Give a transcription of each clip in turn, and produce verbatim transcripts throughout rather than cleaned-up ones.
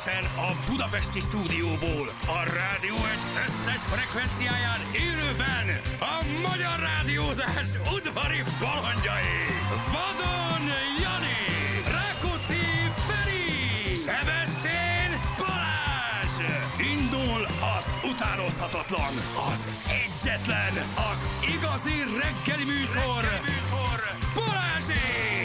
Élőben a budapesti stúdióból, a Rádió egy összes frekvenciáján élőben a magyar rádiózás udvari balandjai. Vadon Jani, Rákóczi Feri, Szebestén Balázs. Indul az utánozhatatlan, az egyetlen, az igazi reggeli műsor, reggeli műsor. Balázsék!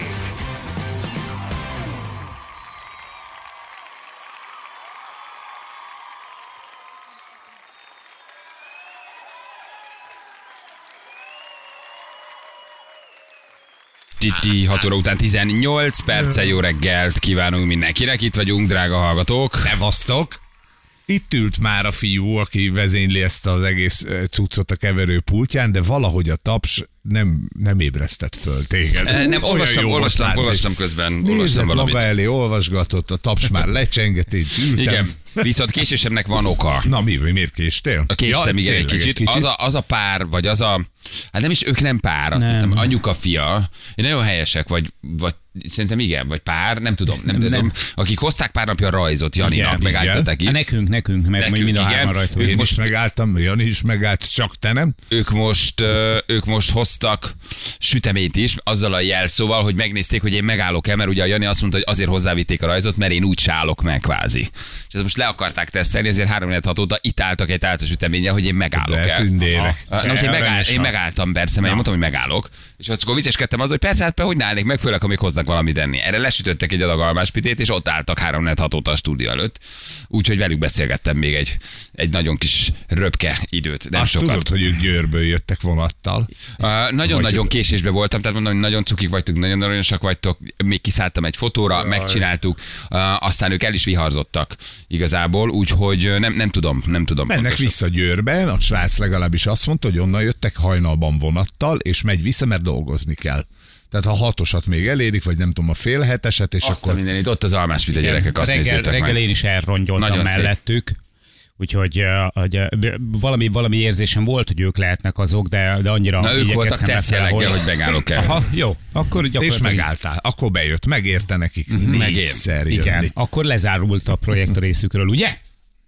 Titi, hat óra után tizennyolc perccel jó reggelt kívánunk mindenkinek, itt vagyunk, drága hallgatók. Szevasztok! Itt ült már a fiú, aki vezényli ezt az egész cuccot a keverő pultján, de valahogy a taps nem, nem ébresztett föl téged. E, nem, olvastam, olvastam, olvastam közben. Olvastam valamit. Maga elé olvasgatott, a taps már lecsengett, én ültem. Igen, viszont késésemnek van oka. Na mi, miért késtél? A késtem, ja, igen, egy kicsit. Egy kicsit. Az, a, az a pár, vagy az a... Hát nem is, ők nem pár, azt nem. hiszem, anyuka, fia. Nagyon helyesek, vagy, vagy szerintem igen, vagy pár, nem tudom, nem, nem tudom. Akik hozták pár napja a rajzot Janinak, megálltatok itt. Nekünk, nekünk, mert nekünk, mind a hárman rajtunk. Én most megálltam, Jani is megállt, csak te nem. Ők most, ők most hoztak süteményt is, azzal a jelszóval, hogy megnézték, hogy én megállok-e, mert ugye a Jani azt mondta, hogy azért hozzávitték a rajzot, mert én úgy se állok meg kvázi. És ezt most le akarták tesztelni, ezért három hat óta itt álltak egy általános süteménye, hogy én megállok-e. Na, most én, megáll, én megálltam persze, mert én mondtam, hogy megállok. És akkor vicceskedtem az, hogy persze, hát hogy ne állnék meg, főleg, amíg hoznak valamit enni. Erre lesütöttek egy adag almáspitét, és ott álltak három hat óta a stúdió előtt. Úgyhogy velük beszélgettem még egy, egy nagyon kis röpke időt. Nem azt sokat. Tudod, hogy ők Győrből jöttek vonattal? Uh, nagyon-nagyon Vagy... késésben voltam, tehát mondom, hogy nagyon cukik vagytok, nagyon aranyosak vagytok. Még kiszálltam egy fotóra, Jaj. megcsináltuk, uh, aztán ők el is viharzottak igazából, úgyhogy nem, nem tudom, nem tudom. Mennek pontosan. Vissza Győrben, a srác legalábbis azt mondta, hogy onnan jöttek hajnalban vonattal, és megy vissza, mert dolgozni kell. Tehát ha hatosat még elérik, vagy nem tudom, a fél heteset, és azt akkor... mindenit, ott az almáspit a gyerekek, azt reggel, nézzétek reggel meg. én is elrongyoltam nagyon mellettük. Szép. Úgyhogy hogy, valami, valami érzésem volt, hogy ők lehetnek azok, de, de annyira... Na ők voltak tesztjelleggel, hogy megállok el. Aha, jó. Akkor és megálltál. Akkor bejött. Megérte nekik négyszer jönni. Igen. Akkor lezárult a projekt a részükről, ugye?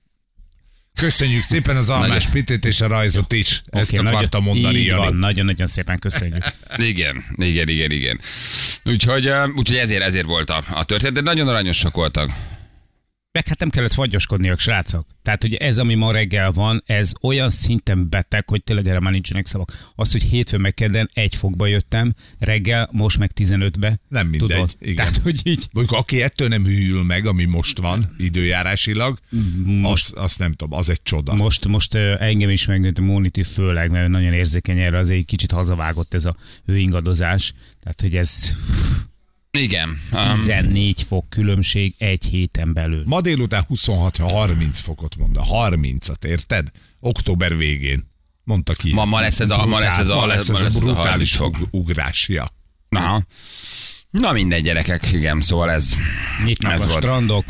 Köszönjük szépen az almás pitét és a rajzot is. Okay, ezt akartam nagyon, mondani. Így van, nagyon-nagyon szépen köszönjük. Igen, igen, igen, igen. Úgyhogy, úgyhogy ezért, ezért volt a, a történet, de nagyon aranyosak voltak. Meg hát nem kellett fagyoskodniak, srácok. Tehát, hogy ez, ami ma reggel van, ez olyan szinten beteg, hogy tényleg erre már nincsenek szavak. Az, hogy hétfőn meg kedden egy fokba jöttem, reggel, most meg tizenötbe. Nem mindegy. Tudod? Igen. Tehát, hogy így... Mondjuk, aki ettől nem hűl meg, ami most van, időjárásilag, most, azt, azt nem tudom, az egy csoda. Most, most engem is meg, Mónit főleg, mert nagyon érzékeny erre, azért egy kicsit hazavágott ez a hőingadozás. Tehát, hogy ez... Igen. Um, tizennégy fok különbség egy héten belül. Ma délután huszonhat harminc fokot mond, a harmincat, érted? Október végén. Mondta ki. Ma, ma lesz ez a, ma lesz ez a, ma lesz ez ma lesz a brutális fok. ugrásja. Aha. Na mindegy, gyerekek, igen, szóval ez Nyitnak ez a volt. strandok.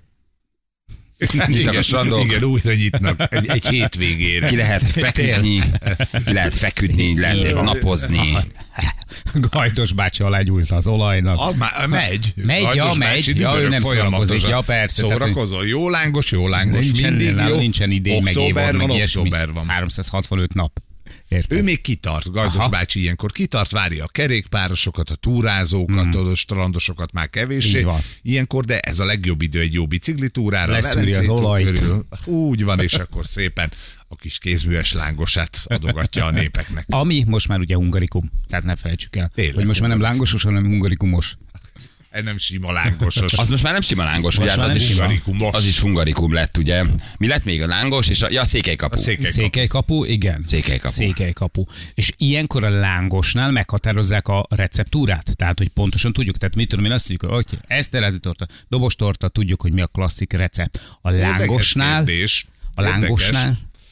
Igen, igen, újra nyitnak egy, egy hétvégére. Ki lehet feküdni, ki lehet feküdni, lehet napozni. Gajdos bácsi alá gyújt az olajnak. A, má, megy. Megy, ja, megy. Ja, ő nem szórakozik. Ja, persze. Szórakozol. Jó lángos, jó lángos. Nincsen, mindig jó. Nincsen idény, meg október évod, van, meg október van. háromszázhatvanöt nap. Érted? Ő még kitart, Gajdos Aha. bácsi ilyenkor kitart, várja a kerékpárosokat, a túrázókat, mm. a strandosokat már kevéssé. Ilyenkor, de ez a legjobb idő egy jó biciklitúrára. Leszűri az olajt. Körül. Úgy van, és akkor szépen a kis kézműves lángosát adogatja a népeknek. Ami most már ugye hungarikum, tehát ne felejtsük el, Tényleg, hogy most már nem lángosos, hanem hungarikumos. Ez nem sima lángosos. Az most már nem sima lángos, ugye? Az, is az is hungarikum lett, ugye? Mi lett még a lángos, és a, ja, a székelykapu. A székelykapu. székelykapu, igen. Székelykapu. Székelykapu. És ilyenkor a lángosnál meghatározzák a receptúrát, tehát hogy pontosan tudjuk, tehát mit tudom én azt mondjuk, hogy okay, eszterázi torta, dobos torta, tudjuk, hogy mi a klasszik recept. A lángosnál, a lángosnál,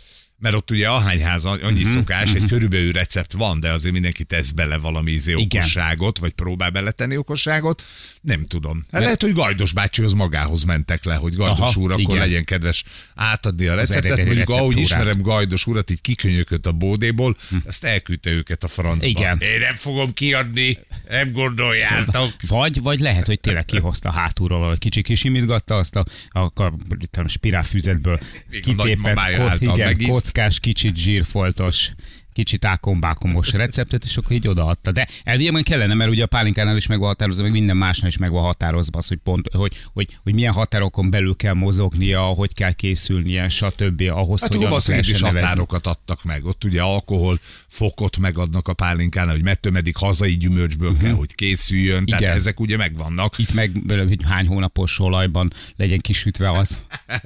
Mert ott ugye ahány ház, annyi uh-huh, szokás, uh-huh. egy körülbelül recept van, de azért mindenki tesz bele valami izé okosságot, vagy próbál beletenni okosságot. Nem tudom. Hát lehet, hogy Gajdos bácsihoz magához mentek le, hogy Gajdos Aha, úr, akkor igen. legyen kedves átadni a receptet. Mondjuk, receptúrát. Ahogy ismerem Gajdos urat, így kikönyökölt a bódéból, hm. ezt elküldte őket a francba. Igen. Én nem fogom kiadni, nem gondoljátok. Vagy, vagy lehet, hogy tényleg kihozta hátulról, hogy kicsi kisimítgatta azt a, a, a, a spirálfüzetből kitépett, ko, igen, kockás, kicsit zsírfoltos, kicsit ákombákomos receptet, és akkor így odaadta. De elvileg kellene, mert ugye a pálinkánál is meg van határozva, meg minden másnál is meg van határozva az, hogy, pont, hogy, hogy, hogy milyen határokon belül kell mozognia, hogy kell készülnie, stb. Ahhoz, hát hogy annak lehessen nevezni. Határokat adtak meg. Ott ugye alkohol fokot megadnak a pálinkánál, hogy mettől meddig hazai gyümölcsből uh-huh. kell, hogy készüljön. Tehát igen. ezek ugye megvannak. Itt meg, hogy hány hónapos olajban legyen kisütve az.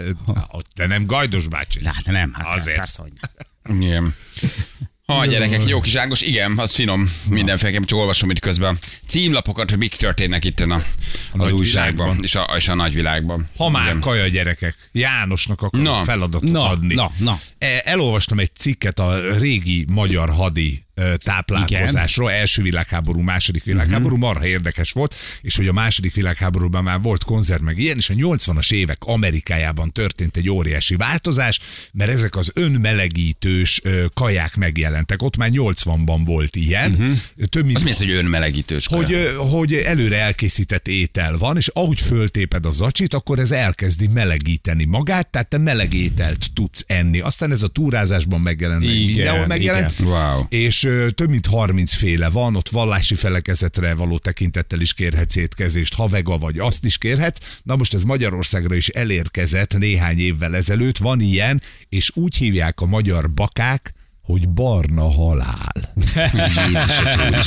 Te nem Gajdos bácsi? Hát nem, hát azért. Persze, hogy... Igen. Ha, gyerekek, jó kis ágos, igen, az finom. Mindenféleképpen csak olvasom itt közben címlapokat, hogy mik történnek itt a, az újságban és a, és a nagyvilágban. Ha már igen. kaja gyerekek, Jánosnak akarok na, feladatot na, adni. Na, na. Elolvastam egy cikket a régi magyar hadi táplálkozásról, igen. első világháború, második világháború, uh-huh. marha érdekes volt, és hogy a második világháborúban már volt konzerv meg ilyen, és a nyolcvanas évek Amerikájában történt egy óriási változás, mert ezek az önmelegítős kaják megjelentek. Ott már nyolcvanban volt ilyen. Uh-huh. Több mint, az miért, hogy önmelegítős kaja? Hogy, hogy előre elkészített étel van, és ahogy föltéped a zacsit, akkor ez elkezdi melegíteni magát, tehát te meleg ételt tudsz enni. Aztán ez a túrázásban megjelent, igen, mindenhol megjelent, wow. és több mint harminc féle van, ott vallási felekezetre való tekintettel is kérhetsz étkezést, ha vega vagy, azt is kérhetsz. Na most ez Magyarországra is elérkezett néhány évvel ezelőtt, van ilyen, és úgy hívják a magyar bakák, hogy barna halál. Jézus,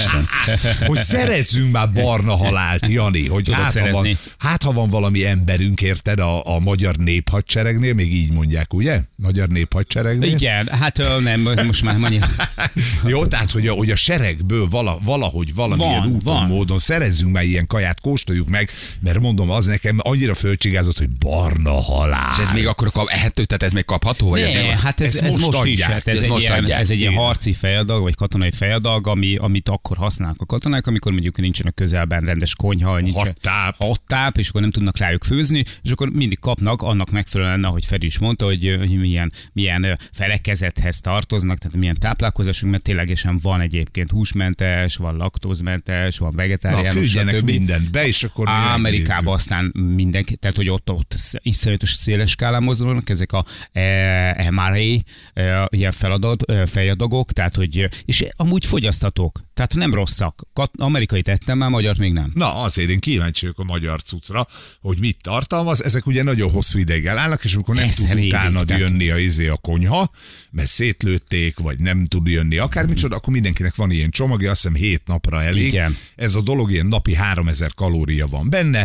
hogy szerezzünk már barna halált, Jani, hogy hát ha, van, hát ha van valami emberünk, érted, a, a magyar néphadseregnél, még így mondják, ugye? Magyar néphadseregnél. Igen, hát nem, most már annyira. Jó, tehát, hogy a, hogy a seregből vala, valahogy valamilyen van, úton, van. módon szerezzünk már ilyen kaját, kóstoljuk meg, mert mondom, az nekem annyira fölcsigázott, hogy barna halál. És ez még akkor kap, ehető, tehát ez még kapható? Vagy ne, ez még hát ez, ez, ez most, most is. Hát ez, ez, egy most ilyen, ez egy ilyen harci fejadag, vagy katonai fejadag, ami, amit akkor használnak a katonák, amikor mondjuk nincsenek közelben rendes konyha, nincsen hattáp, és akkor nem tudnak rájuk főzni, és akkor mindig kapnak annak megfelelően, ahogy Feri is mondta, hogy, hogy milyen, milyen felekezethez tartoznak, tehát milyen táplálkozásunk, mert ténylegesen van egyébként húsmentes, van laktózmentes, van vegetáriánus, stb. Mindent be, és akkor Amerikában aztán mindenki, tehát hogy ott, ott iszonyatos széles skálán mozognak, ezek a em er á e, ilyen feladat, fejadagok, tehát hogy, és amúgy fogyasztatók, tehát nem rosszak. Kat- amerikai tettem már, magyart még nem. Na, azért én kíváncsi vagyok a magyar cuccra, hogy mit tartalmaz. Ezek ugye nagyon hosszú ideig elállnak, és amikor nem Ez tud utána jönni a, izé a konyha, mert szétlőtték, vagy nem tud jönni akármicsoda, akkor mindenkinek van ilyen csomagja, azt hiszem hét napra elég. Igen. Ez a dolog ilyen napi háromezer kalória van benne,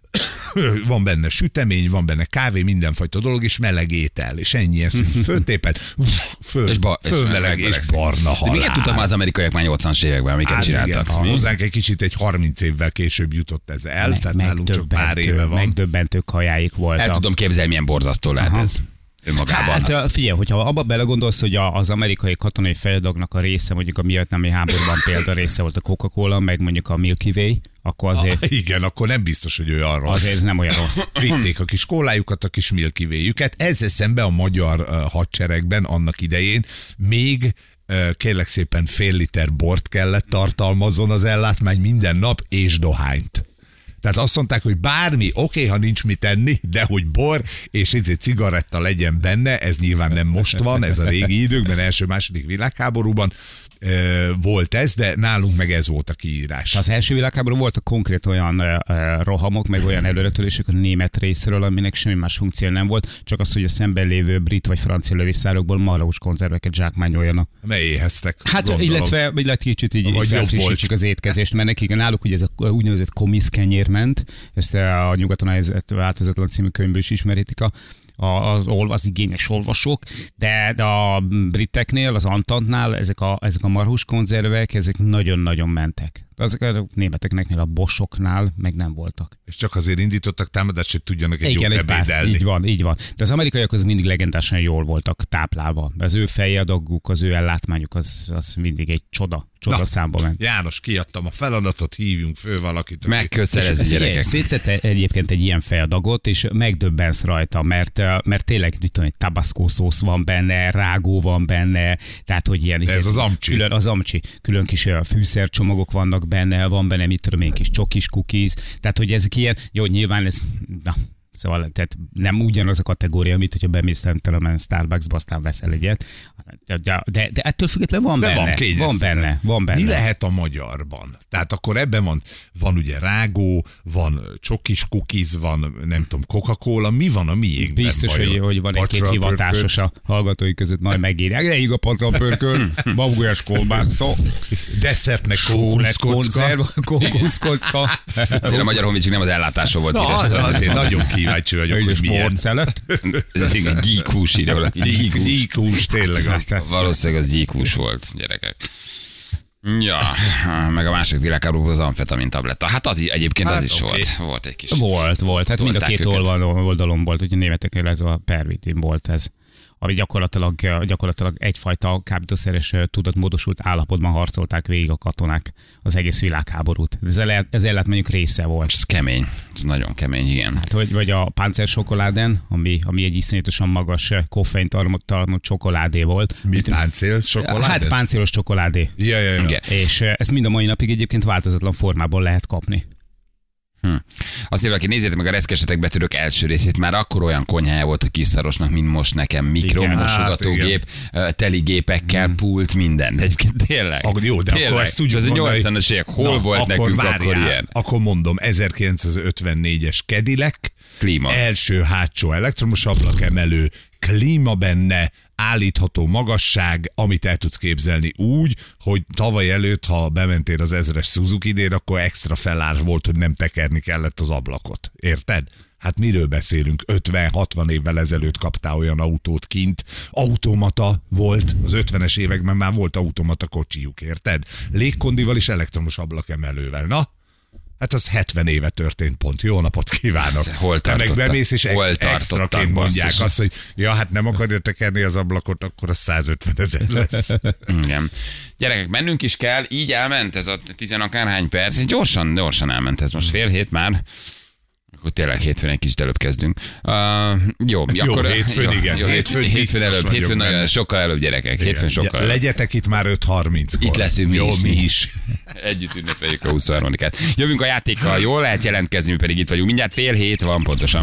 van benne sütemény, van benne kávé, mindenfajta dolog, és meleg étel, és ennyi, ezt föltépet, föl, és ba, fölmeleg, és, és barna halál. De miket tudtak már az amerikaiak már nyolcvanas években, amiket hát csináltak? Igen, hozzánk egy kicsit egy harminc évvel később jutott ez el, meg, tehát nálunk csak pár éve van. Megdöbbentő kajáik voltak. El tudom képzelni, milyen borzasztó lehet Aha. ez. Önmagában. Hát figyelj, hogyha abba belegondolsz, hogy az amerikai katonai feladagnak a része, mondjuk a vietnámi háborúban például része volt a Coca-Cola, meg mondjuk a Milky Way, akkor azért... Ah, igen, akkor nem biztos, hogy olyan rossz. Azért nem olyan rossz. Vitték a kis kólájukat, a kis Milky Way-jüket. Ezzel szemben a magyar uh, hadseregben annak idején még uh, kérlek szépen fél liter bort kellett tartalmazzon az ellátmány minden nap, és dohányt. Tehát azt mondták, hogy bármi, oké, okay, ha nincs mit enni, de hogy bor és egy cigaretta legyen benne, ez nyilván nem most van, ez a régi időkben, első-második világháborúban e, volt ez, de nálunk meg ez volt a kiírás. Az első világháború voltak konkrét olyan e, rohamok, meg olyan előretörések a német részről, aminek semmi más funkció nem volt, csak az, hogy a szemben lévő brit vagy francia lövészárokból marhaús konzerveket zsákmányoljanak. Mely éheztek? Hát gondolom. illetve, illetve kicsit így, így felfrissítsük az étkezést, mert nekik náluk ugye ez a úgynevezett komiszkenyér ment, ezt a Nyugaton a változatlan című könyvből is ismerítik a, az, az igényes olvasók, de, de a briteknél, az Antantnál ezek a, ezek a marhús konzervek, ezek nagyon-nagyon mentek. Azok a németeknél a Boschoknál meg nem voltak. És csak azért indítottak támadást, hogy tudjanak egy Igen, jót egy pár, ebédelni. így van, így van. De az amerikaiak az mindig legendásan jól voltak táplálva. Az ő fejadaguk, az ő ellátmányuk, az, az mindig egy csoda, csoda Na, számba ment. János, kiadtam a feladatot, hívjunk föl valakit. aki- Megkötszerezni gyerekek. Szétszette egyébként egy ilyen fejadagot, és megdöbbensz rajta, mert, mert tényleg, mit tudom, egy tabasco szósz van benne, rágó van benne, tehát, hogy ilyen... Ez az amcsi. Külön, az amcsi. Külön kis ö, fűszercsomagok vannak benne, van benne, mit tudom én, kis csokis cookies, tehát, hogy ezek ilyen, jó, nyilván ez, na, szóval tehát nem ugyanaz a kategória, mint hogyha bemész nem tudom, a Starbucksba, aztán veszel egyet, de, de, de, de ettől függetlenül van De benne. van, van benne, van benne. Mi lehet a magyarban? Tehát akkor ebben van, van ugye rágó, van csokis cookies, van nem tudom, Coca-Cola, mi van a miénkben? Biztos, hogy, hogy van egy-két Pacsa hivatásos a hallgatói között, majd megírják. Rejük a pacapörköl, babgulyás kolbászó, Desszertnek sólet kókuszkocka. konzerv, kókuszkocka, Azért a magyar honvédség nem az ellátásról volt Na, híres. az, azért nagyon kíváncsi vagyok, egy hogy milyen. sportszelet. Ez egy gyíkhús, írja valaki. Gyíkhús. Gyíkhús, tényleg az. Valószínűleg az gyíkhús volt, gyerekek. Ja, meg a második világháborúban az amfetamin tabletta. Hát az egyébként Hát az is oké. volt. Volt egy kis... Volt, volt. Hát mind a Tolták két őket. oldalon, oldalon volt, ugye németeknél ez a pervitin volt ez. Ami gyakorlatilag, gyakorlatilag egyfajta kábítószeres tudatmódosult állapotban harcolták végig a katonák az egész világháborút. Ez, el, ez ellátmányuk része volt. Ez kemény. Ez nagyon kemény, igen. Hát, vagy, vagy a páncélcsokoláden, ami, ami egy iszonyatosan magas koffeintartalmú csokoládé volt. Mi páncél, csokoládé? Hát páncélos csokoládé. Ja, ja, ja. Igen. És eh, ezt mind a mai napig egyébként változatlan formában lehet kapni. Hm. Azt mondja, aki nézzétek meg a reszkesetek betörők első részét, már akkor olyan konyhája volt a kiszarosnak, mint most nekem. Mikro, Igen. mosogatógép, ö, teli gépekkel, pult, minden. Egyébként tényleg. Ah, jó, de tényleg. akkor ezt tudjuk És az a mondani. nyolcvanas évek hol Na, volt nekünk várjál, akkor ilyen? Akkor mondom, ezerkilencszázötvennégyes Cadillac, Klíma. első hátsó elektromos ablakemelő, klíma benne, állítható magasság, amit el tudsz képzelni úgy, hogy tavaly előtt, ha bementél az ezres Suzuki-nél, akkor extra felár volt, hogy nem tekerni kellett az ablakot. Érted? Hát miről beszélünk? ötven-hatvan évvel ezelőtt kaptál olyan autót kint. Automata volt, az ötvenes években már volt automata kocsijuk, érted? Légkondival és elektromos ablakemelővel. Na? Hát az hetven éve történt pont. Jó napot kívánok. Ez hol Te meg tartottak? bemész, és Hol ex- tartottak, extraként mondják basszus? azt, hogy ja, hát nem akarja tekerni az ablakot, akkor az százötven ezer lesz. Igen. Gyerekek, mennünk is kell, így elment ez a tizenakárhány perc, gyorsan, gyorsan elment ez most fél hét már. Akkor tényleg hétfőn egy kicsit előbb kezdünk. Uh, jó, Jó, akkor... hétfőn igen. Jó, Hétfőn hétfőn, biztos előbb, vagyok hétfőn nagyon, benne. sokkal előbb gyerekek, hétfőn Igen. sokkal előbb. Legyetek itt már öt harminckor. Itt leszünk mi Jó, is. mi is. Együtt ünnepeljük a huszonharmadikát. Jövünk a játékkal, jól lehet jelentkezni, mi pedig itt vagyunk. Mindjárt fél hét van pontosan.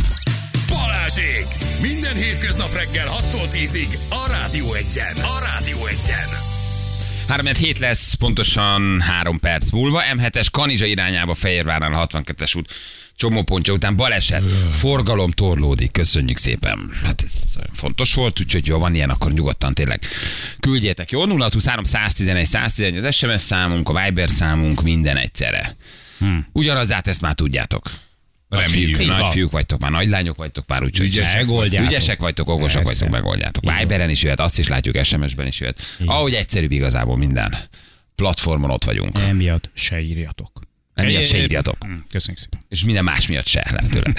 Balázsék! Minden hétköznap reggel hattól tízig a Rádió Egyen. A Rádió Egyen. három hét lesz, pontosan három perc múlva. em hetes Kanizsa irányába Fehérvárnál a hatvankettes út csomópontja után baleset, forgalom torlódik. Köszönjük szépen. Hát ez fontos volt, úgyhogy jó, van ilyen, akkor nyugodtan tényleg küldjétek. Jó, nulla huszonhárom száztizenegy száztizenegy az es em es számunk, a Viber számunk, minden egyszerre. Hmm. Ugyanaz, hát ezt már tudjátok. Nagy Reméljük. fiúk, nagy fiúk vagytok már, nagy lányok vagytok már, úgyhogy Ügyesek Megoldjátok. ügyesek vagytok, okosak Persze. vagytok, megoldjátok. Igen. Viberen is jöhet, azt is látjuk, es em es-ben is jöhet. Ahogy egyszerűbb igazából minden platformon ott vagyunk. Emiatt se írjatok. Emiatt se írjatok. Mm, Köszönjük szépen. És minden más miatt se lehetőleg.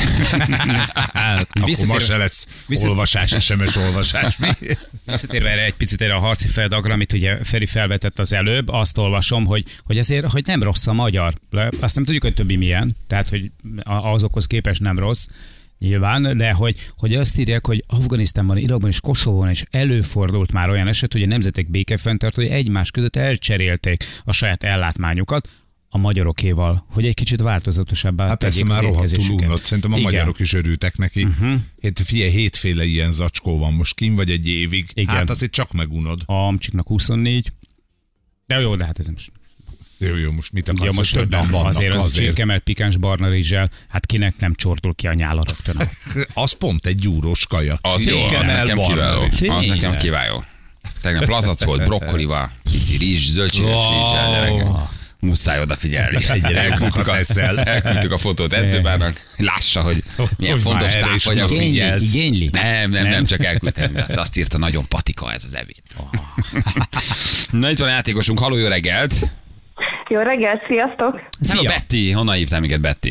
Akkor Visszatér- ma se lesz vissza- olvasás, es em es olvasás. Mi? Visszatérve erre egy picit erre a harci feladagra, amit ugye Feri felvetett az előbb, azt olvasom, hogy, hogy azért, hogy nem rossz a magyar. Azt nem tudjuk, hogy többi milyen, tehát, hogy azokhoz képest nem rossz. Nyilván, de hogy, hogy azt írják, hogy Afganisztánban, Irakban és Koszovóban is előfordult már olyan eset, hogy a nemzetek békefenntartói egymás között elcserélték a saját ellátmányukat a magyarokéval, hogy egy kicsit változatosabbá Hát persze tegyék az már rohadtul étkezésüket. unott. Szerintem a Igen. magyarok is örültek neki. Uh-huh. Hát figyelj, hétféle ilyen zacskó van most kim, vagy egy évig. Igen. Hát azért csak megunod. A amcsiknak huszonnégy. De jó, de hát ez most... Jó, jó, most mit Ja, akarsz, most hogy többen vannak azért az a azért. csirkemelt pikáns barna rizssel, hát kinek nem csordul ki a nyála rögtön. Az pont egy gyúrós kaja. Az jó, az Csirkemell nekem barna kiváló. rizs. Az Tényleg? nekem kiváló. Tegnap lazac volt, brokkolival, pici rizs, zöldséges rizssel, gyerekek. Muszáj odafigyelni. Egyre Elküldtük a, eszel. elküldtük a fotót edzőbárnak, lássa, hogy milyen Hogy fontos már erre is tápanyag. odafigyel. Igényli, igényli. Nem, nem, nem, csak elküldtem. Azt- Azt írta, nagyon patika ez az evét. Na itt van a játékosunk, halló, jó reggelt! Jó reggelt, sziasztok! Hello, Szia. Betty, honnan hívtál minket, Betty?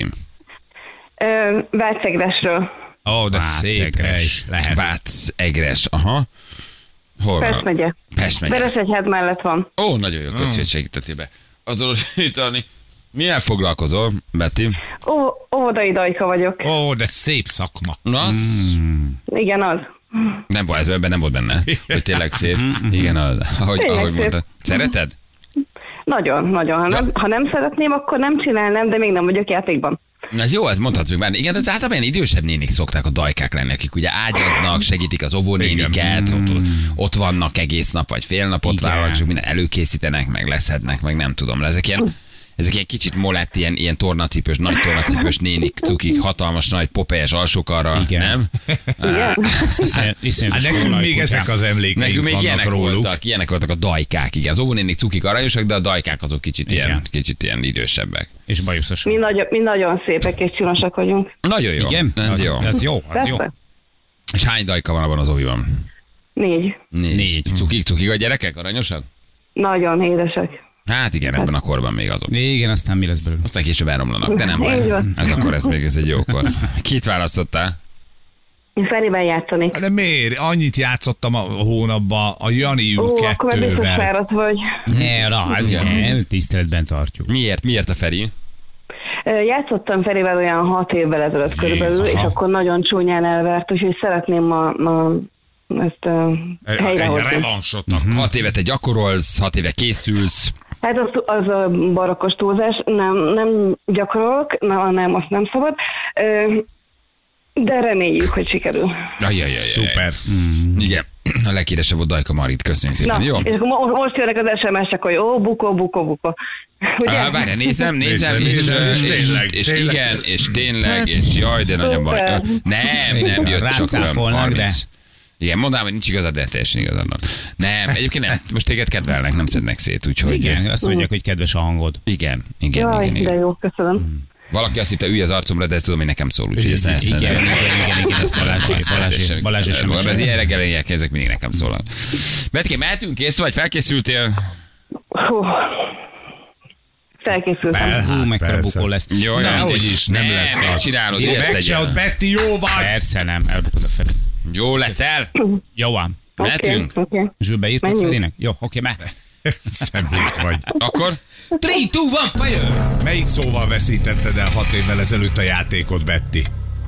Ö, Vácegresről. Ó, oh, de szép hely lehet. Vác, Egres, aha. Hol Pest van? megye. Pest megye. Veresegyhád mellett van. Ó, nagyon jó, köszi, hogy segítettél be. Azonosítani. Milyen foglalkozol, Betty? Ó, óvodai dajka vagyok. Ó, oh, de szép szakma. Na, az... Igen, az. Nem volt, ez ebben nem volt benne, hogy tényleg szép. Igen, az, ahogy, Tényleg ahogy szép. mondtad. Szereted? Nagyon, nagyon. Ha nem, ha nem szeretném, akkor nem csinálnám, de még nem vagyok játékban. Ez jó, ez mondhatjuk már. Igen, de az általában ilyen idősebb nénik szokták a dajkák lenni, akik ugye ágyaznak, segítik az óvónéniket, ott, ott vannak egész nap, vagy fél napot Igen. vállalnak, csak minden előkészítenek, meg leszednek, meg nem tudom. Ezek ilyen, ezek ilyen kicsit molett, ilyen, ilyen tornacipős, nagy tornacipős nénik, cukik, hatalmas nagy popelyes alsókarral, Igen. nem? Igen. Iszonyat- iszonyatos Hát nekünk skolai még kutyám. ezek az emlékeink Nekünk még vannak ilyenek róluk. voltak, ilyenek voltak a dajkák, igen. Az óvónénik cukik aranyosak, de a dajkák azok kicsit ilyen, Igen. kicsit ilyen idősebbek. És bajuszosan. Mi, nagyon, mi nagyon szépek és csinosak vagyunk. Nagyon jó. Igen? Ez az, jó. Az jó, az jó. Persze. És hány dajka van abban az óviban? Négy. Négy. Négy. Cukik, cukik a gyerekek, aranyosak? Nagyon édesek. Hát igen, ebben a korban még azok. Igen, aztán mi lesz belőle? Aztán később elromlanak, de nem Így baj. van. Ez akkor, ez még ez egy jó kor. Kit választottál? Én Ferivel játszanék. De miért? Annyit játszottam a hónapban, a Jani ül Ó, akkor már biztos kettővel. fáradt vagy. Ne, na, igen, tiszteletben tartjuk. Miért? Miért a Feri? Ö, Játszottam Ferivel olyan hat évvel ezelőtt körülbelül, és akkor nagyon csúnyán elvert, úgyhogy szeretném ma, ma ezt uh, Egy helyrehozni. revansotnak. Hmm. Hat éve te gyakorolsz, hat éve készülsz. Hát az, az a barokkos túlzás, nem, nem gyakorolok, na, nem, azt nem szabad, Ö, de reméljük, hogy sikerül. Ajajajaj. Szuper. Igen. A leghíresebb volt Dajka Marit, köszönjük szépen. Na, Jó? és akkor mo- most jönnek az es em es-ek, hogy ó, bukó, bukó, bukó. Ugye? Ah, várjál, nézem, nézem, és, Nézem, és, és és, tényleg, és tényleg. igen, és tényleg, és jaj, de nagyon baj. Szuper. Nem, nem jött csak olyan Rácáfolnak, harminc. de- Igen, mondanám, hogy nincs igazad, de teljesen igazad van. Nem, egyébként nem. Most téged kedvelnek, nem szednek szét, úgyhogy... Igen, azt mondják, hogy kedves a hangod. Igen, igen, Jaj, igen, de igen. jó, köszönöm. Valaki azt hitte, ülj az arcomra, de ezt tudom, hogy nekem szól, úgyhogy ezt ezt Igen, igen, igen, igen, ezt Balázs- Balázs- Balázs is Ez sem. ilyen reggelények, ezek mindig nekem szólnak. Betké, mehetünk, kész vagy, felkészültél? Hú. Felkészültem. Hú, mekkora persze. bukó lesz. Jó, jó, Nehogy mindegy. is, nem ne, lesz az. megcsinálod, ügyes Meg se, ott legyen. Betty, jó vagy! Persze nem, elbukod a Feri. Jó leszel? Jó van. Oké, Mehetünk? oké. Zsül, beírtad Menjünk. Ferinek? Jó, oké, mehet. Szemét vagy. Akkor? Three, two, one, fire! Melyik szóval veszítetted el hat évvel ezelőtt a játékot, Betty?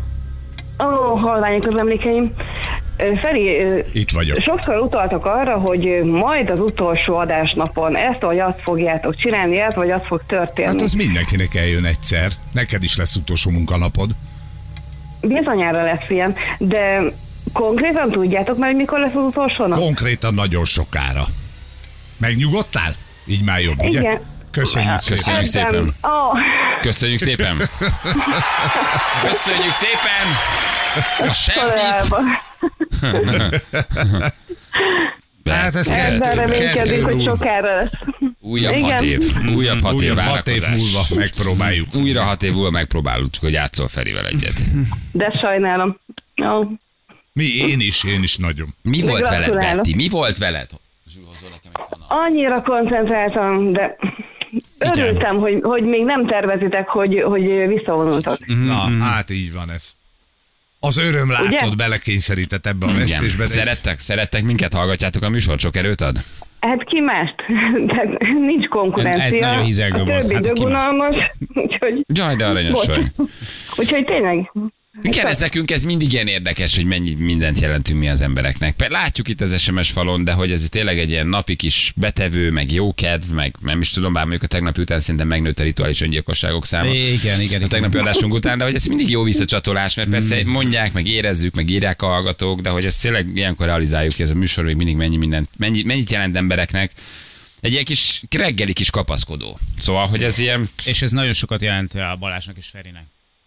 Ó, halványok az emlékeim. Ö, Feri, ö, Itt vagyok. sokszor utaltak arra, hogy ö, majd az utolsó adásnapon ezt vagy azt fogjátok csinálni, ez vagy az fog történni. Hát az mindenkinek eljön egyszer. Neked is lesz utolsó munkanapod. Bizonyára lesz ilyen, de konkrétan tudjátok már, hogy mikor lesz az utolsó nap? Konkrétan nagyon sokára. Megnyugodtál? Így már jobb, ugye? Igen. Köszönjük szépen. Köszönjük szépen. Ó, Köszönjük szépen. Köszönjük szépen. A semmit. családba. Hát ez Ebben kettő- reménykedik, kettő hogy múlva. sokára lesz. Újabb Igen. hat év. Újabb hat év Újabb hat év várakozás. múlva megpróbáljuk. Újra hat év múlva megpróbáljuk, hogy játszol Ferivel egyet. De sajnálom. Ó, Mi, én is, én is nagyon. Mi volt veled, gratulálok. Betty? Mi volt veled? Zsül, hozzol nekem egy kanalt. annyira koncentráltam, de örültem, hogy, hogy még nem tervezitek, hogy, hogy visszavonultak. Na, hát így van ez. Az öröm látod, Ugye? belekényszerített ebbe a Igen. vesztésbe. de- Szerettek, szerettek minket, hallgatjátok a műsort, sok erőt ad? Hát ki mást? Tehát nincs konkurencia. Ez nagyon hizelgő a volt. többi Hát ki más? dögunalmas, úgyhogy, Jaj, de aranyos Bocs. vagy. úgyhogy tényleg. Igen, ez nekünk ez mindig ilyen érdekes, hogy mennyi mindent jelentünk mi az embereknek. Pe- Látjuk itt az es em es falon, de hogy ez tényleg egy ilyen napi kis betevő, meg jókedv, meg nem is tudom, bár mondjuk a tegnapi után szerintem megnőtt a rituális öngyilkosságok száma. Igen, igen, A tegnapi igen. adásunk után, de hogy ez mindig jó visszacsatolás, mert persze mondják, meg érezzük, meg írják a hallgatók, de hogy ezt tényleg ilyenkor realizáljuk, hogy ez a műsor még mindig mennyi mindent, mennyi, mennyit jelent embereknek. Egy ilyen kis reggeli kis kapaszkodó. Szóval, hogy ez ilyen... És ez nagyon sokat jelent a Balázsnak és Ferinek.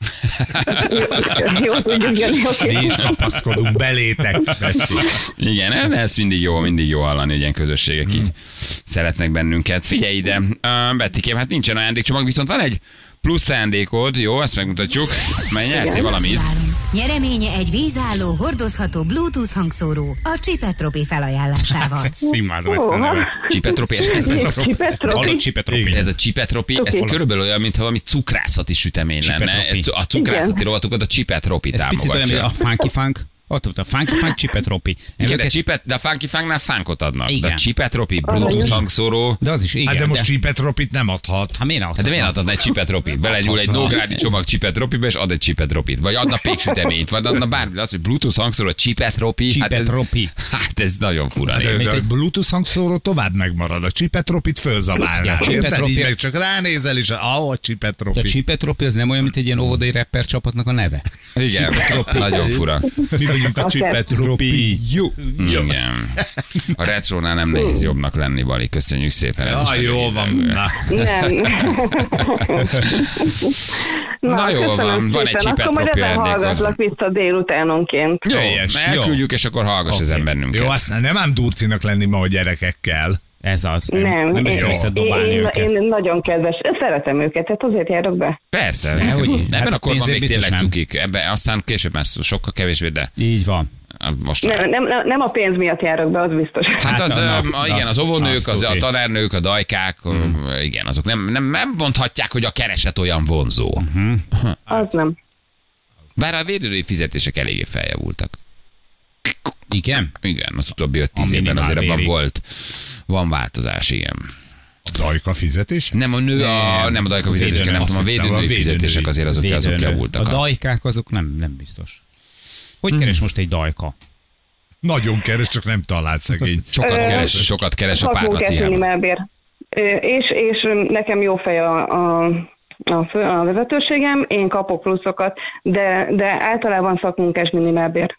Jó, tudjuk jönni, oké. Mi is kapaszkodunk belétek, Betty. Igen, ez ez mindig jó, mindig jó hallani, hogy ilyen közösségek így szeretnek bennünket. Figyelj ide, uh, Bettikém, hát nincsen ajándékcsomag, viszont van egy plusz ajándékod, jó, ezt megmutatjuk. Mert nyertél valamit. Nyereménye egy vízálló, hordozható Bluetooth hangszóró a Csipetropi felajánlásával. Imádom ezt a nevet. Csipetropi, ez, ez, ez, Csipetropi. Hallod, Csipetropi. ez a Csipetropi, ez Oké. körülbelül olyan, mintha valami cukrászati sütemény lenne. Csipetropi. A cukrászati Igen. rovatokat a Csipetropi Ez picit olyan, mint támogatja. a Funky Funk. Ott volt a Funky Funk, Csipetropi. Igen, de, Ezeket- csipet, de a Funky Funknál fánkot adnak. De Igen. a Csipetropi, Bluetooth hangszóró. De az is, igen. Hát de most csipetropit nem adhat. Hát miért Hát de miért adna egy csipetropit? Belenyúl egy nógrádi csomag csipetроpibe, és ad egy csipetropit. Vagy adna péksüteményt, vagy adna bármi. Az, hogy Bluetooth hangszóró, csipetropi. Hát ez, Csipetropi. hát ez nagyon fura. De, név. de a Bluetooth hangszóró tovább megmarad, a csipetropit fölzabálnak. Ja, Érted? csipetropi- Így meg csak ránézel, és ah, a De csipetropi. a Csipetropi az nem olyan, mint egy ilyen óvodai rapper csapatnak a neve. Igen, nagyon fura. Mi vagyunk a Azt csipetropi. Jó. Igen. A retrónál nem nehéz jobbnak lenni, Bali. Köszönjük szépen. Ez Ja, is jó nagyon van. ízelgő. Na. Nem. Na jó köszönöm van, van egy szépen. Akkor majd Csipetropi ezen ajándékod. hallgatlak vissza délutánonként. Jó, Helyes, jó. elküldjük, és akkor hallgass Oké. ezen bennünket. Jó, aztán nem ám durcinak lenni ma a gyerekekkel. Ez az. Nem, nem én, össze én, dobálni én, őket. én nagyon kedves, szeretem őket, tehát azért járok be. Persze. Dehogy is. Ebben Hát a korban pénzért még tényleg biztos nem. cukik. Ebben aztán később már sokkal kevésbé, de Így van. most Nem, nem, nem, nem a pénz miatt járok be, az biztos. Hát Hát az, na, na, na, igen, azt- az óvónők, azt az, a oké. tanárnők, a dajkák, hmm. igen, azok nem, nem, nem mondhatják, hogy a kereset olyan vonzó. Hmm. Az nem. Bár a védőnői fizetések eléggé feljavultak. Igen? Igen, az utóbbi öt-tíz A évben azért abban minimálbérig. volt, van változás, igen. A dajka fizetése? Nem a nő, a, Nem. nem a dajka fizetések, Védőnő. nem tudom, a Azt hittem, a védőnői védőnői. fizetések azért azok, azok Védőnő. javultak. A dajkák azok nem, nem biztos. Hogy keres most egy dajka? Nagyon keres, csak nem talál szegény. Sokat Ö, keres, sokat keres a Hat párna munkás cihában. minimálbér. Ö, És, és nekem jó fej a, a, a, fő, a vezetőségem, én kapok pluszokat, de, de általában szakmunkás minimálbér.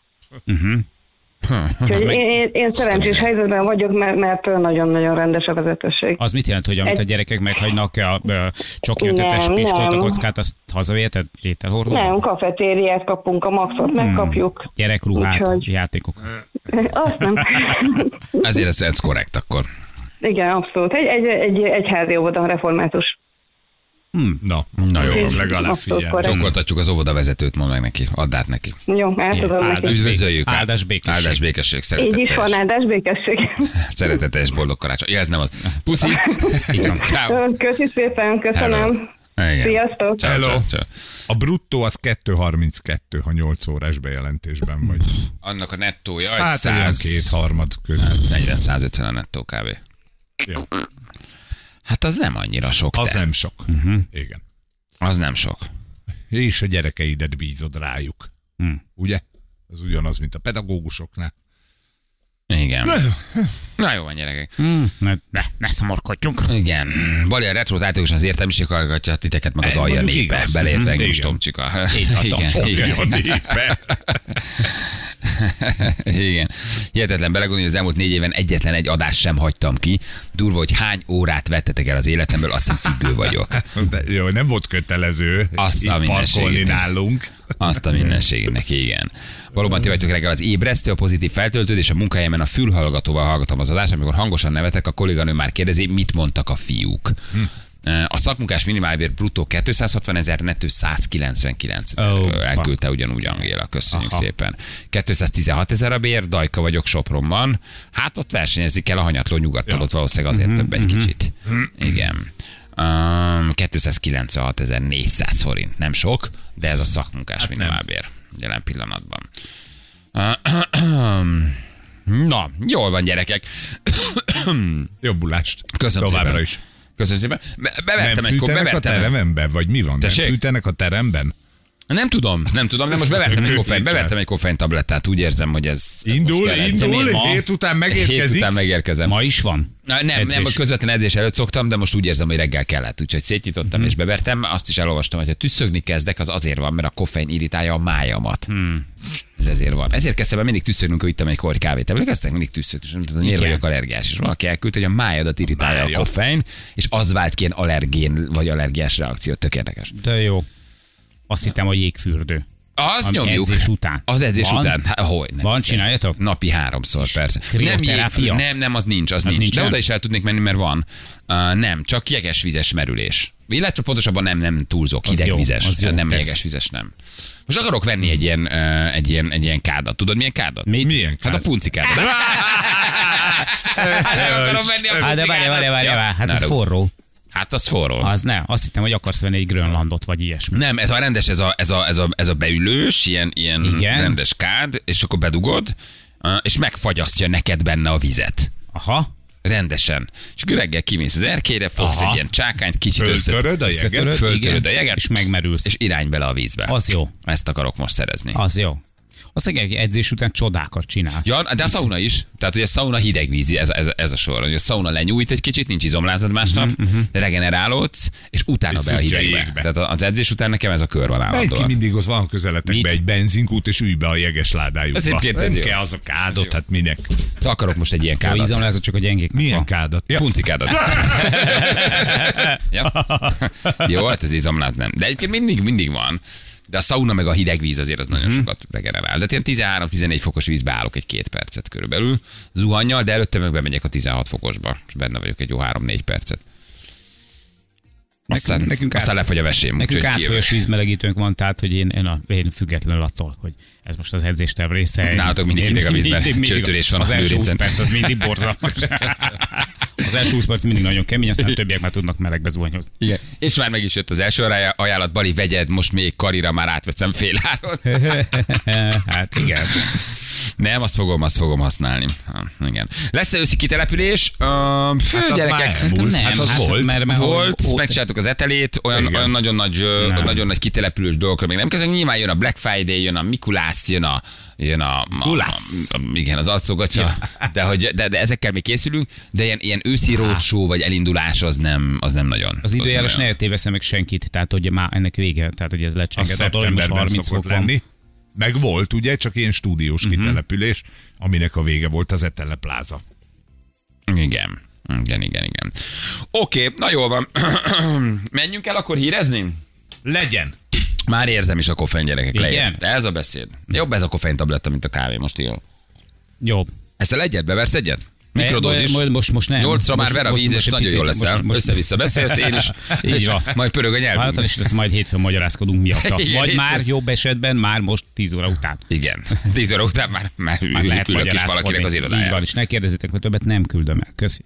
Úgyhogy én, én, én szerencsés helyzetben vagyok, mert, mert nagyon-nagyon rendes a vezetőség. Az mit jelent, hogy amit Egy- a gyerekek meghagynak a, a csokiötetes Nem, piskolt, a nem. kockát, azt hazaviheted ételhordóba? Nem, kafetériát kapunk, a maxot megkapjuk. Gyerekruhát, Úgyhogy- játékok. Azt nem. Ezért ez, ez korrekt akkor. Igen, abszolút. Egy, egy, egy, egy házi óvoda református. Na, Na jó, És legalább abszolút figyelj. korrekt. Csókoltatjuk az óvoda vezetőt, mondd meg neki, add át neki. Jó, átadom Áldás. neki. Üdvözöljük. Áldás, békesség. Áldás, békesség, Így is szeretetteljes. van, áldás, békesség. Szeretetteljes boldog karácsony. Ja, ez nem az. Puszi. Igen. Ciao. Köszi szépen, köszönöm. Igen. Sziasztok. Ciao, Hello. ciao, ciao. A bruttó az kettő harminckettő, ha nyolc órás bejelentésben vagy. Annak a nettója, egy Hát olyan száz kétharmad közül. negyven százötven a nettó kávé. Ja, Hát az nem annyira sok, az te. nem sok. Uh-huh. Igen. Az nem sok. És a gyerekeidet bízod rájuk. Hm. Ugye? Az ugyanaz, mint a pedagógusoknál. Igen. Na jó van, gyerekek. Hmm, ne, ne, ne szomorkodjunk. Igen. Bali a retrót általánosan az értelmiség hallgatja titeket, meg az Ez alja mondjuk népe. igaz. Beleértve Hm, engem is igen. Tomcsika. Így van, Igen, Tomcsika. igen. Igen. Hihetetlen belegondolni, hogy az elmúlt négy éven egyetlen egy adást sem hagytam ki. Durva, hogy hány órát vettetek el az életemből, azt hiszem függő vagyok. De jó, nem volt kötelező Azt a itt parkolni mindenségét. nálunk. Azt a mindenségnek, igen. Valóban ti vagytok reggel az ébresztő, a pozitív feltöltődés, a munkahelyemen a fülhallgatóval hallgatom az adást, amikor hangosan nevetek, a kolléganő már kérdezi, mit mondtak a fiúk. Hm. A szakmunkás minimálbér bruttó kétszázhatvan ezer, nettó százkilencvenkilenc ezer. Ó, Elküldte ugyanúgy Angéla, köszönjük Aha. szépen. kétszáztizenhat ezer a bér, Dajka vagyok Sopronban. Hát ott versenyezik el a hanyatló nyugattal, ott valószínűleg azért több egy kicsit. Igen. Um, kétszázkilencvenhat ezer négyszáz forint. Nem sok, de ez a szakmunkás minimálbér jelen pillanatban. Na, jól van, gyerekek. Jobbulást. Köszönöm Továbbra szépen. is. Köszönöm szépen. Be- Bevertem Nem egy kop, fűtenek a bevertem. teremben? Vagy mi van? Tessék? Nem fűtenek a teremben? Nem tudom, nem tudom, de most bevertem egy Ők koffein, mit bevertem egy koffein tablettát, úgy érzem, hogy ez... ez Indul, most jelent. indul, ma? hét után Hét megérkezik. után megérkezem. Ma is van? Na, nem, Edzés. nem, közvetlen edzés előtt szoktam, de most úgy érzem, hogy reggel kellett. Úgyhogy szétnyitottam hmm. és bevertem. Azt is elolvastam, hogy ha tüsszögni kezdek, az azért van, mert a koffein irritálja a májamat. Hmm. Ez ezért van. Ezért kezdtem el mindig tüsszögnünk, hogy ittam egy korty kávét. Emlékeztek? Mindig tüsszögni, és nem tudom, miért Igen. vagyok allergiás. És valaki elküldte, hogy a májadat irritálja Mája. a koffein, és az vált ki ilyen allergén vagy allergiás reakciót. Tök érdekes. De jó. Azt hittem, hogy jégfürdő. Az Ami nyomjuk. edzés után. Az edzés Van? után. Há, hogy nem. Van, csináljátok? Napi háromszor, persze. Nem, krioterápia? jég, nem, nem, az nincs, az, Az nincs. nincsen? De oda is el tudnék menni, mert van. Uh, nem, csak jeges vizes merülés. Illetve pontosabban nem, nem túlzok, Az hideg jó, vizes, az jó, nem tesz. jeges vizes, nem. Most akarok venni egy ilyen, uh, egy ilyen, egy ilyen kádat. Tudod, milyen kádat? Mit? Milyen Hát kád? a punci kádat. Hát nem akarom venni a Hát de punci várj, várj, várj, kádat. várj, hát Na, ez de- forró. Hát az forró. Az ne, azt hittem, hogy akarsz venni egy Grönlandot, vagy ilyesmi. Nem, ez a rendes, ez a, ez a, ez a, ez a beülős, ilyen, ilyen Igen. rendes kád, és akkor bedugod, uh, és megfagyasztja neked benne a vizet. Aha. Rendesen. És akkor reggel kimész az erkélyre, fogsz Aha. egy ilyen csákányt, kicsit össze... Föltöröd a jeget? Összetöröd, Föltöröd igen, a jeget, és megmerülsz. és irány bele a vízbe. Az jó. Ezt akarok most szerezni. Az jó. Azt mondják, hogy edzés után csodákat csinál. Ja, de a szauna is. Tehát, hogy a szauna hidegvízi, ez, a- ez, a- ez a sor. Hogy a szauna lenyújt egy kicsit, nincs izomlázad másnap, uh-huh. regenerálódsz, és utána És be a futja hidegbe. jégbe. Tehát az edzés után nekem ez a kör van Menj ki állandóan. mindig, ott van közeletekben Mit? egy benzinkút, és ülj be a jeges ládájukba. Ez egyébként ez Nem jó. kell az a kádot, hát minek? Szóval akarok most egy ilyen Jó, kádat. izomlázat csak a gyengéknek Milyen van. kádat? Ja. Puncikádat. Ja. Jó, hát ez izomlát nem. De egyébként mindig, mindig van. De a szauna meg a hideg víz azért az nagyon sokat regenerál. De ilyen tizenhárom-tizenegy fokos vízbe állok egy két percet körülbelül. Zuhannyal, de előtte meg bemegyek a tizenhat fokosba. És benne vagyok egy jó három-négy percet. Aztán, Nekünk- nekünk aztán át- lefagy a vesém. Nekünk úgyhogy átfolyós kijövök. vízmelegítőnk van, tehát hogy én, én, a, én függetlenül attól, hogy ez most az edzésterv része. Nálatok mindig Én- hideg a vízben. mindig- mindig Csőtörés van az a első húsz lőrincen. perc az mindig borzalmas. Az első húsz perc mindig nagyon kemény, aztán a többiek már tudnak melegbe zuhanyozni. Igen. És már meg is jött az első ajánlat, Bali, vegyed, most még karira már átveszem fél áron. Hát igen. Nem, azt fogom, azt fogom használni. Ha, igen. Lesz-e őszi kitelepülés? Uh, fő, Hát az gyerekek. már elmúlt. Nem, Hát az hát, volt. mert, mert Volt, ó- megcsináltuk az etelét, olyan, Igen. olyan nagyon nagy, ö, Nem. nagyon nagy kitelepülős dolgokra még nem kezdünk. Nyilván jön a Black Friday, jön a Mikulász, jön a, jön a, a, a, Kulász. a igen, az arcogatja, de, hogy, de, de, ezekkel még készülünk, de ilyen, ilyen őszi roadshow vagy elindulás az nem, az nem nagyon. Az időjárás nem ne téveszem meg senkit, tehát hogy már ennek vége, tehát hogy ez A lecsenget. Attól, hogy most szeptemberben harminc fok szokott van. lenni. Meg volt, ugye, csak ilyen stúdiós Mhm. kitelepülés, aminek a vége volt az Etele Pláza. Igen. Igen, igen, igen. Oké, na jól van. Menjünk el akkor hírezni? Legyen! Már érzem is a koffein, gyerekek. Igen? Leért. Ez a beszéd. Jobb ez a koffein tabletta, mint a kávé most, jó. Jó. Eszel egyet? Beversz egyet? Mikrodózis. Most, most, most nem. Nyolcra már Most- ver a most- víz, és most egy nagyon picit- jól leszel. most- most- Össze-vissza beszélsz, én is. Így és van. majd pörög a Hallottam, nyelvünk. és ezt majd hétfőn magyarázkodunk miatta. Igen, Vagy hétfőn. már jobb esetben, már most tíz óra után. Igen. Tíz óra után már, már, Már lehet ülök is magyarázkodni. valakinek az Így van, irodájában. és ne kérdezzétek, mert többet nem küldöm el. Köszi.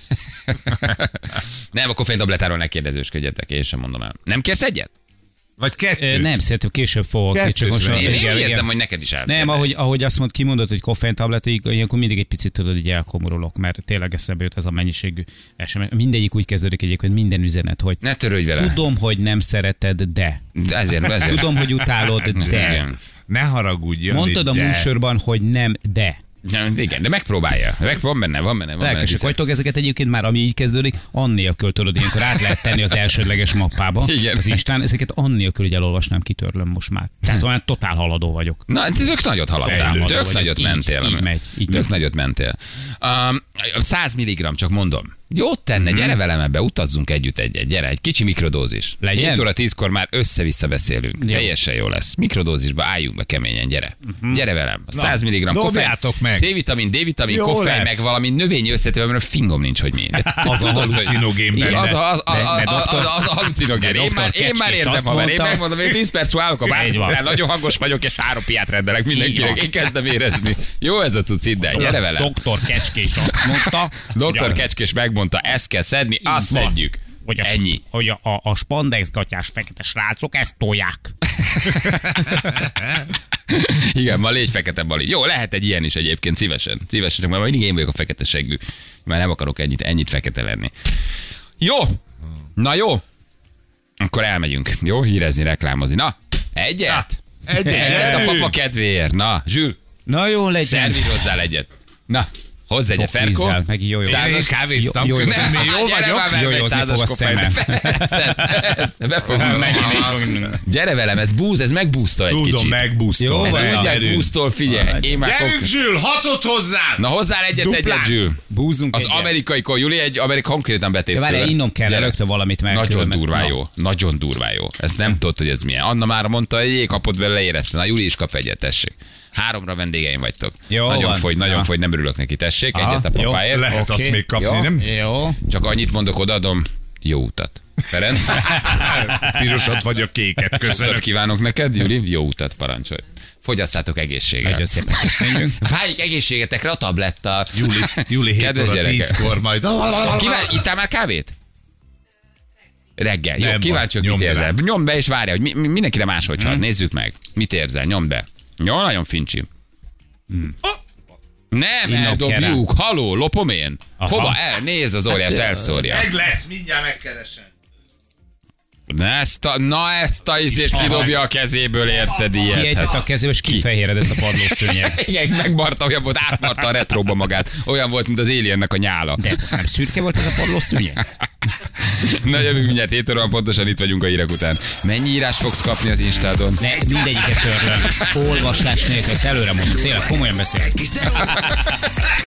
Nem, a koffein tablettáról ne kérdezősködjetek, én sem mondom el. Nem kérsz egyet? Vagy Ö, kettőt. Nem, szerintem később fogok. Kettőt Csak most venni. Én, én igen, úgy igen. érzem, hogy neked is elfér. Nem, ahogy, ahogy azt mond, kimondod, hogy koffein tablet, ilyenkor mindig egy picit tudod, hogy elkomorulok, mert tényleg eszembe jut ez a mennyiségű es em es. Mindegyik úgy kezdődik egyébként, minden üzenet, hogy Ne törődj vele. tudom, hogy nem szereted, de. Ezért, ezért. Tudom, hogy utálod, de. Igen. Ne haragudj, Jani, Mondtad a de... műsorban, hogy nem, de. Ja, igen, de megpróbálja. Meg van benne, van benne, van benne. Lelkesek hiszem. vagytok, ezeket egyébként már, ami így kezdődik, annélkül tudod, ilyenkor át lehet tenni az elsődleges mappába. Igen. Az Instán, ezeket annélkül, hogy elolvasnám, kitörlöm most már. Tehát olyan totál haladó vagyok. Na, te tök nagyot haladtál. Fejlődő Tök vagyok. nagyot Így, mentél. így megy, így Tök megy. nagyot mentél. Um, száz milligramm, csak mondom. Jót tenne, gyere velem ebbe, utazzunk együtt egyet. Gyere, egy kicsi mikrodózis. Legyen? hét óra tízkor már össze-vissza beszélünk. Jó. Teljesen jó lesz. Mikrodózisba álljunk be keményen, gyere. Gyere velem. A száz milligramm koffein, dobjátok meg. C-vitamin, D-vitamin, Jó koffein, lesz. meg valami növényi összetétel, mert fingom nincs, hogy mi. De Az a tudod, hogy- halucinogén Igen, benne. az a, az, a, De- a, de a, doktor- az, az a halucinogén. de Én már, doktor én már Kecskés érzem, azt haver. Én mondta- megmondom, én tíz perc állok a Így bárban. van. Nagyon hangos vagyok, és három piát rendelek mindenkinek. Így van. Én kezdem érezni. Jó ez a cucc, ide, gyere velem. Doktor Kecskés azt mondta, Doktor hogy a- Kecskés megmondta, ezt kell szedni, azt van. szedjük. Hogy a, Ennyi. Hogy a, a, a spandex gatyás fekete srácok ezt tolják. Igen, ma légy fekete bali. Jó, lehet egy ilyen is egyébként, szívesen. Szívesen, csak már mindig én vagyok a fekete seggű. Már nem akarok ennyit, ennyit fekete lenni. Jó. Na jó. Akkor elmegyünk. Jó, hírezni, reklámozni. Na, egyet. Egyet. Egyet a papa kedvéért. Na, Zsül, Na jó legyen. szervírozzál egyet. Na, hozz egyet, Sok Ferko. vízzel, meg jó, jó. Százas- Én kávéztam, Jó, jó, köszönöm, Nem, én jó gyere vagyok. már velem egy Jójózni százas fog a koffeint. szemem. Persze, persze, be fogom. Gyere velem, ez búz, ez megbúztol egy Tudom, kicsit. megbusztol. Jó, Ez van, úgy Gyerünk. megbúztol, figyelj. Én már Gyerünk, kok... Zsül, hatot hozzá! Na hozzál egyet, Duplán. egyet, Zsül. Búzunk Az egyet. amerikai kor, Juli, egy amerikai konkrétan Ja, betépsz. várjál, vele. innom kell Gyere. rögtön valamit meg. Nagyon különben- durván Na. jó. Nagyon durván jó. Ezt nem tudod, hogy ez milyen. Anna már mondta, hogy jé, kapott vele, leérezte. Na, Juli is kap egyet, tessék. Háromra vendégeim vagytok. Jó nagyon van. fogy, nagyon Ja. fogy, nem örülök neki. Tessék, Aha, egyet a jó. papáért. Lehet Oké. azt még kapni, Jó. nem? Jó. Csak annyit mondok, odaadom. Jó utat. Ferenc? Pirosat vagy a kéket, Köszönöm. köszönöm. Kívánok neked, Júli. Jó utat, parancsolj. Fogyasszátok egészséget. Nagyon szépen köszönjük. Váljik egészségetekre a tabletta. Júli, Júli hét Kedves óra gyerekek. tízkor majd. Kíván, ittál már kávét? Reggel. Jó, Nem kíváncsiak, baj, mit nyomd érzel. be. Nyomd be és várja, hogy mi, mi, mindenkire máshogy Hmm. csal. Nézzük meg. Mit érzel? Nyomd be. Jó, nagyon fincsi. Nem, Innom eldobjuk. Haló, lopom én. Aha. Hova el? Nézd, az óriást elszórja. Meg lesz, mindjárt megkeresem. Na ezt a, na ezt a izét kidobja a kezéből, érted ilyet? Kiejtette Hát, a kezébe, és kifehéredett a padlószőnyeg. igen, megmarta, olyan volt, átmarta a retróba magát. Olyan volt, mint az Aliennek a nyála. De ez nem szürke volt ez a padlószőnyeg? Na jövünk mindjárt hét óra, pontosan itt vagyunk a hírek után. Mennyi írás fogsz kapni az Instádon? Ne, mindegyiket törlöm. Olvasás nélkül, ezt előre mondom. Tényleg, komolyan beszélek.